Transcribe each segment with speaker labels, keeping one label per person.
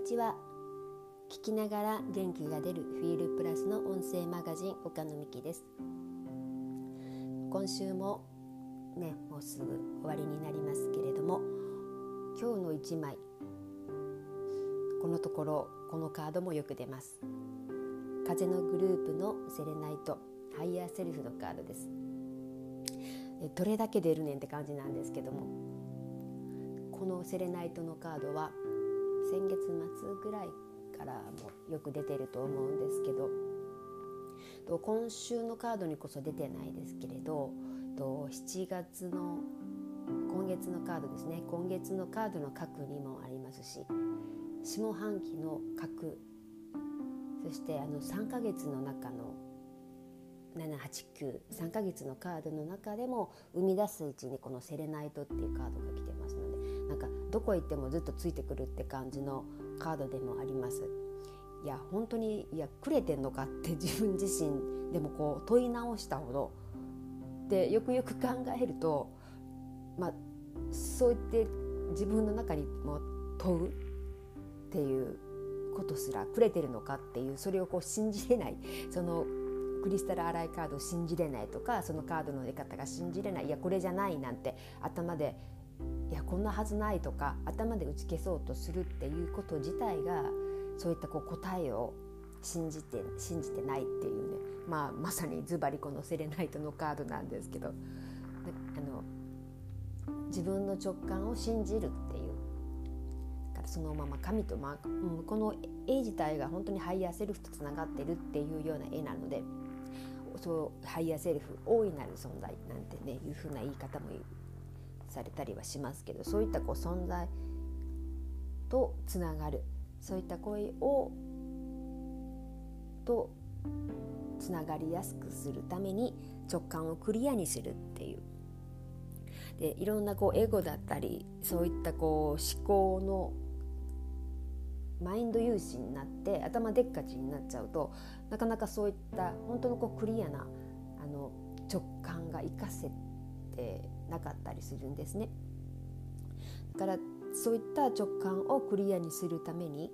Speaker 1: にちは。聞きながら元気が出るフィールプラスの音声マガジン岡野美希です。今週もね、もうすぐ終わりになりますけれども、今日の1枚、このところこのカードもよく出ます。風のグループのセレナイトハイヤーセルフのカードです。どれだけ出るねんって感じなんですけども、このセレナイトのカードは先月末ぐらいからもよく出てると思うんですけど、今週のカードにこそ出てないですけれど、7月の今月のカードですね。今月のカードの核にもありますし、下半期の核、そして3ヶ月の中の7、8、9、3ヶ月のカードの中でも生み出すうちにこのセレナイトっていうカードが来てますので、なんかどこ行ってもずっとついてくるって感じのカードでもあります。いや本当にくれてんのかって自分自身でもこう問い直したほどで、よくよく考えると、そう言って自分の中にも問うっていうことすらくれてるのかっていう、それをこう信じれない、そのクリスタルアライカードを信じれないとか、そのカードの出方が信じれない、これじゃないなんて頭でこんなはずないとか頭で打ち消そうとするっていうこと自体が、そういった答えを信じてないっていうね、まさにズバリこのセレナイトのカードなんですけど、自分の直感を信じるっていう、だからそのまま神と、この絵自体が本当にハイヤーセルフとつながってるっていうような絵なので、そうハイヤーセルフ、大いなる存在なんてねいう風な言い方もされたりはしますけど、そういった存在とつながる、そういった声とつながりやすくするために直感をクリアにするっていうで、いろんなエゴだったり、そういった思考のマインド有志になって頭でっかちになっちゃうと、なかなかそういった本当のクリアな直感が活かせてなかったりするんですね。だからそういった直感をクリアにするために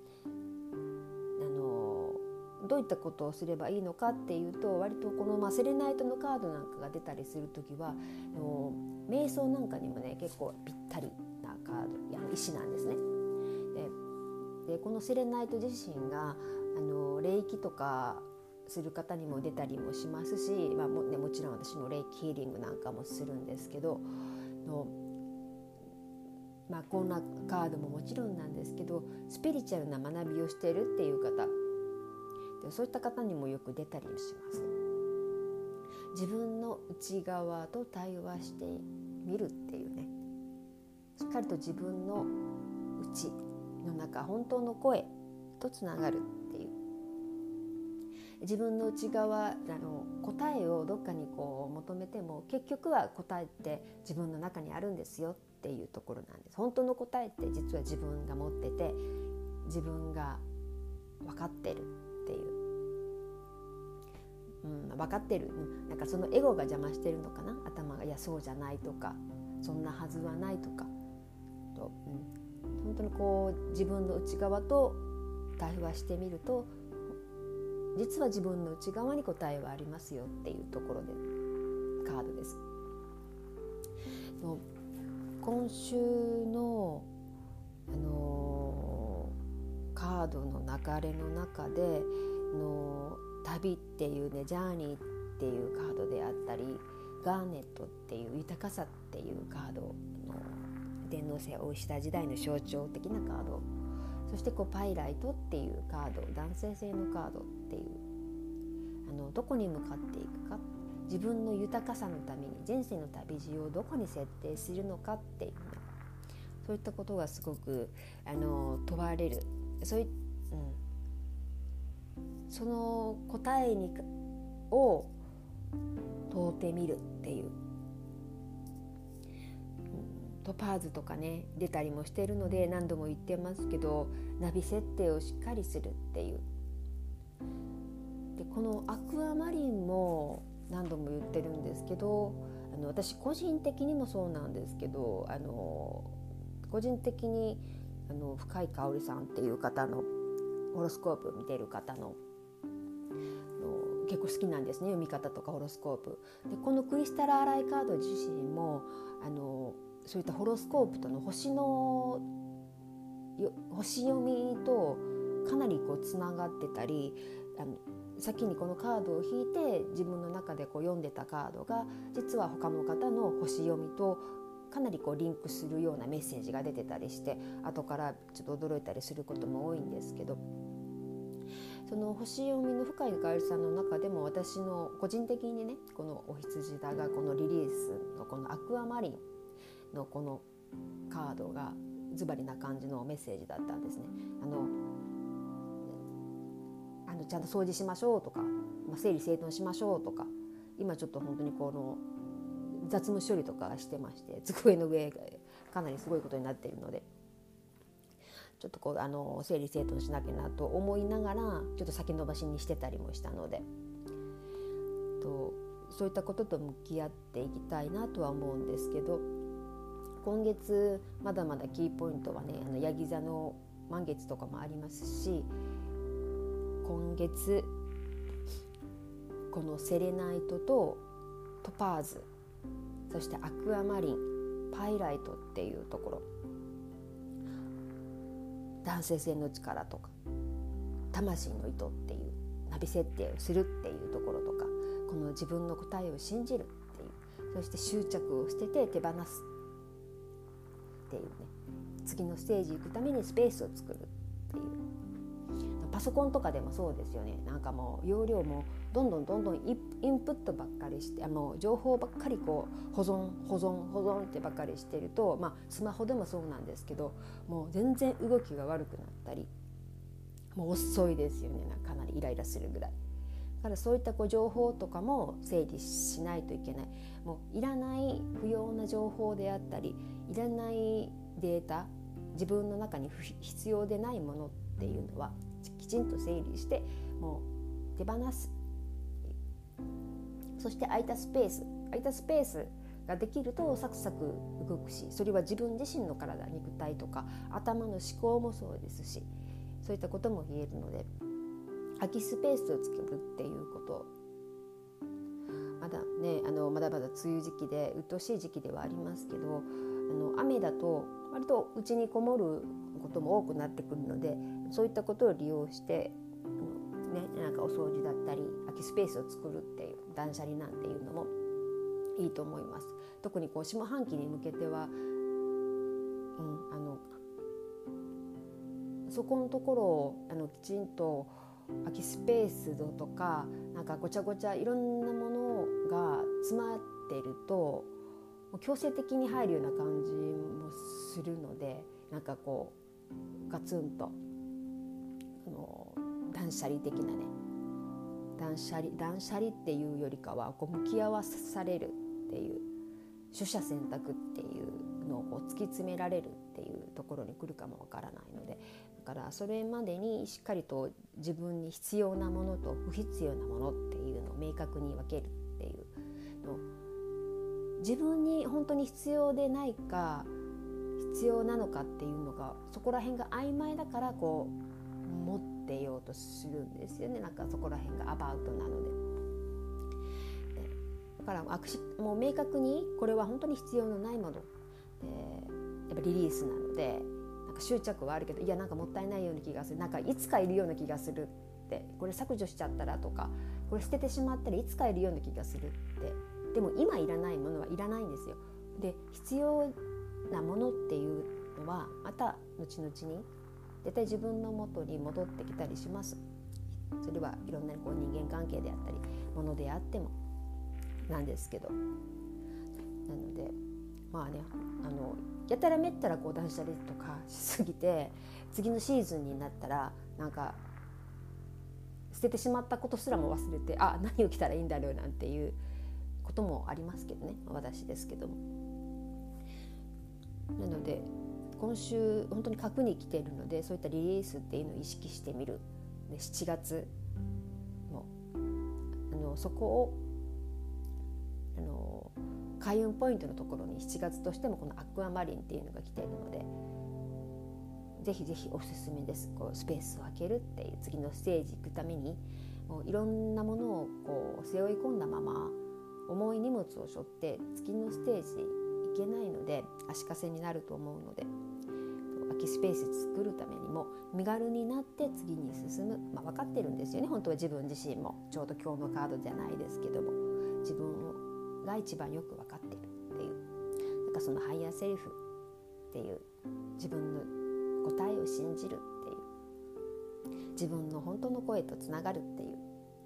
Speaker 1: どういったことをすればいいのかっていうと、割とこのセレナイトのカードなんかが出たりするときは瞑想なんかにもね結構ぴったりなカード、石なんですね。でこのセレナイト自身が霊気とかする方にも出たりもしますし、もちろん私の霊気ヒーリングなんかもするんですけど、こんなカードももちろんなんですけど、スピリチュアルな学びをしているっていう方で、そういった方にもよく出たりします。自分の内側と対話してみるっていうね、しっかりと自分の内の中、本当の声とつながるっていう、自分の内側答えをどっかに求めても、結局は答えって自分の中にあるんですよっていうところなんです。本当の答えって実は自分が持ってて、自分が分かってるっていう、分かってる、なんかそのエゴが邪魔してるのかな、頭がそうじゃないとか、そんなはずはないとかと、本当に自分の内側と対話してみると、実は自分の内側に答えはありますよっていうところでカードです。今週の、カードの流れの中で旅っていうね、ジャーニーっていうカードであったり、ガーネットっていう豊かさっていうカードの天皇制をした時代の象徴的なカード、そしてパイライトっていうカード、男性性のカードっていう、どこに向かっていくか、自分の豊かさのために人生の旅路をどこに設定するのかっていう、そういったことがすごく問われる。その答えを問うてみるっていう、トパーズとかね出たりもしているので、何度も言ってますけど、ナビ設定をしっかりするっていうで、このアクアマリンも何度も言ってるんですけど、私個人的にもそうなんですけど、個人的に深井香織さんっていう方のホロスコープ見てる方の結構好きなんですね、読み方とかホロスコープで。このクリスタルアライカード自身もそういったホロスコープとの星読みとかなりつながってたり、先にこのカードを引いて自分の中で読んでたカードが実は他の方の星読みとかなりリンクするようなメッセージが出てたりして、後からちょっと驚いたりすることも多いんですけど、その星読みの深井香織さんの中でも私の個人的にね、このお羊座がこのリリースのこのアクアマリンのこのカードがズバリな感じのメッセージだったんですね。ちゃんと掃除しましょうとか、整理整頓しましょうとか、今ちょっと本当に雑務処理とかしてまして、机の上がかなりすごいことになっているので、ちょっと整理整頓しなきゃなと思いながらちょっと先延ばしにしてたりもしたので、そういったことと向き合っていきたいなとは思うんですけど、今月まだまだキーポイントはね、ヤギ座の満月とかもありますし、今月このセレナイトとトパーズ、そしてアクアマリン、パイライトっていうところ、男性性の力とか魂の糸っていうナビ設定をするっていうところとか、この自分の答えを信じるっていう、そして執着を捨てて手放すっていうね、次のステージ行くためにスペースを作るっていう。パソコンとかでもそうですよね。なんかもう容量もどんどんインプットばっかりして、情報ばっかり保存ってばっかりしてると、スマホでもそうなんですけど、もう全然動きが悪くなったり、もう遅いですよね。かなりイライラするぐらい。だからそういった情報とかも整理しないといけない。もういらない不要な情報であったり、いらないデータ、自分の中に必要でないものっていうのはきちんと整理してもう手放す。そして空いたスペースができるとサクサク動くし、それは自分自身の体、肉体とか頭の思考もそうですし、そういったことも言えるので、空きスペースを作るっていうこと。まだね、まだまだ梅雨時期で鬱陶しい時期ではありますけど、雨だと割と家にこもることも多くなってくるので、そういったことを利用してなんかお掃除だったり空きスペースを作るっていう断捨離なんていうのもいいと思います。特に下半期に向けては、そこのところをきちんと空きスペースとか、なんかごちゃごちゃいろんなものが詰まっていると強制的に入るような感じもするので、なんかガツンと断捨離的なね、断捨離っていうよりかは向き合わされるっていう、取捨選択っていうのを突き詰められるっていうところに来るかもわからないので、だからそれまでにしっかりと自分に必要なものと不必要なものっていうのを明確に分けるっていうのを、自分に本当に必要でないか必要なのかっていうのが、そこら辺が曖昧だから持ってようとするんですよね。なんかそこら辺がアバウトなので、だからもう明確にこれは本当に必要のないもので、やっぱリリースなので、なんか執着はあるけど、いやなんかもったいないような気がする、なんかいつかいるような気がするって、これ削除しちゃったらとか、これ捨ててしまったらいつかいるような気がするって、でも今いらないものはいらないんですよ。で、必要なものっていうのはまた後々に絶対自分の元に戻ってきたりします。それはいろんな人間関係であったりものであってもなんですけど、なのでやたらめったら断捨離とかしすぎて、次のシーズンになったらなんか捨ててしまったことすらも忘れて、何を着たらいいんだろうなんていうこともありますけどね、私ですけども。なので今週本当に核に来ているので、そういったリリースっていうのを意識してみる。で、7月のそこを開運ポイントのところに7月としてもこのアクアマリンっていうのが来ているので、 ぜひぜひおすすめです。こうスペースを空けるっていう次のステージ行くためにもういろんなものをこう背負い込んだまま重い荷物を背負って次のステージに行けないので足かせになると思うので、空きスペース作るためにも身軽になって次に進む、分かってるんですよね。本当は自分自身もちょうど今日のカードじゃないですけども、自分が一番よく分かってるっていう、なんかそのハイヤーセルフっていう自分の答えを信じるっていう、自分の本当の声とつながるっていう、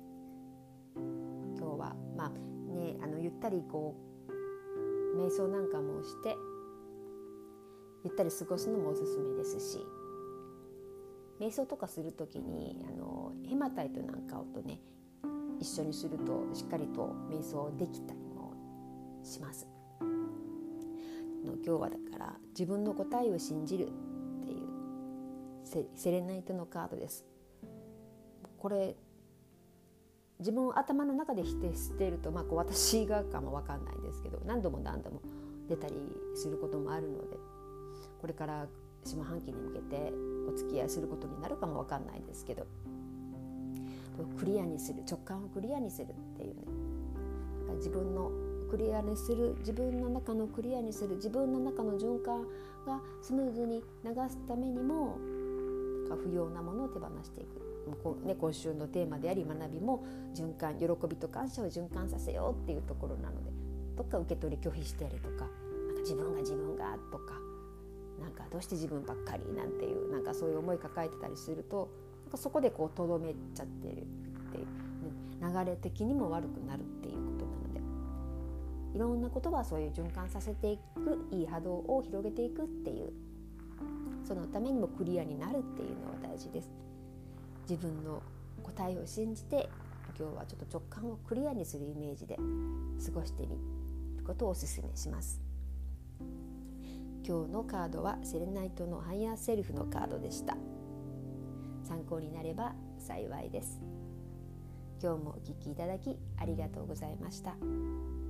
Speaker 1: 今日はゆったりこう瞑想なんかもしてゆったり過ごすのもおすすめですし、瞑想とかするときにヘマタイトなんかをとね一緒にするとしっかりと瞑想できたりもします。今日はだから自分の答えを信じるっていうセレナイトのカードです。これ自分を頭の中で否定していると、私がかも分かんないですけど、何度も出たりすることもあるので、これから下半期に向けてお付き合いすることになるかも分かんないですけど、クリアにする、直感をクリアにするっていうね、自分のクリアにする、自分の中のクリアにする、自分の中の循環がスムーズに流すためにも不要なものを手放していく。今週のテーマであり学びも循環、喜びと感謝を循環させようっていうところなので、どっか受け取り拒否したりとか、自分がとか、どうして自分ばっかりなんていう、そういう思い抱えてたりすると、そこでこうとどめちゃってるっていう、流れ的にも悪くなるっていうことなので、いろんなことはそういう循環させていく、いい波動を広げていくっていう、そのためにもクリアになるっていうのは大事です。自分の答えを信じて、今日はちょっと直感をクリアにするイメージで過ごしてみることをお勧めします。今日のカードはセレナイトのハイヤーセルフのカードでした。参考になれば幸いです。今日もお聞きいただきありがとうございました。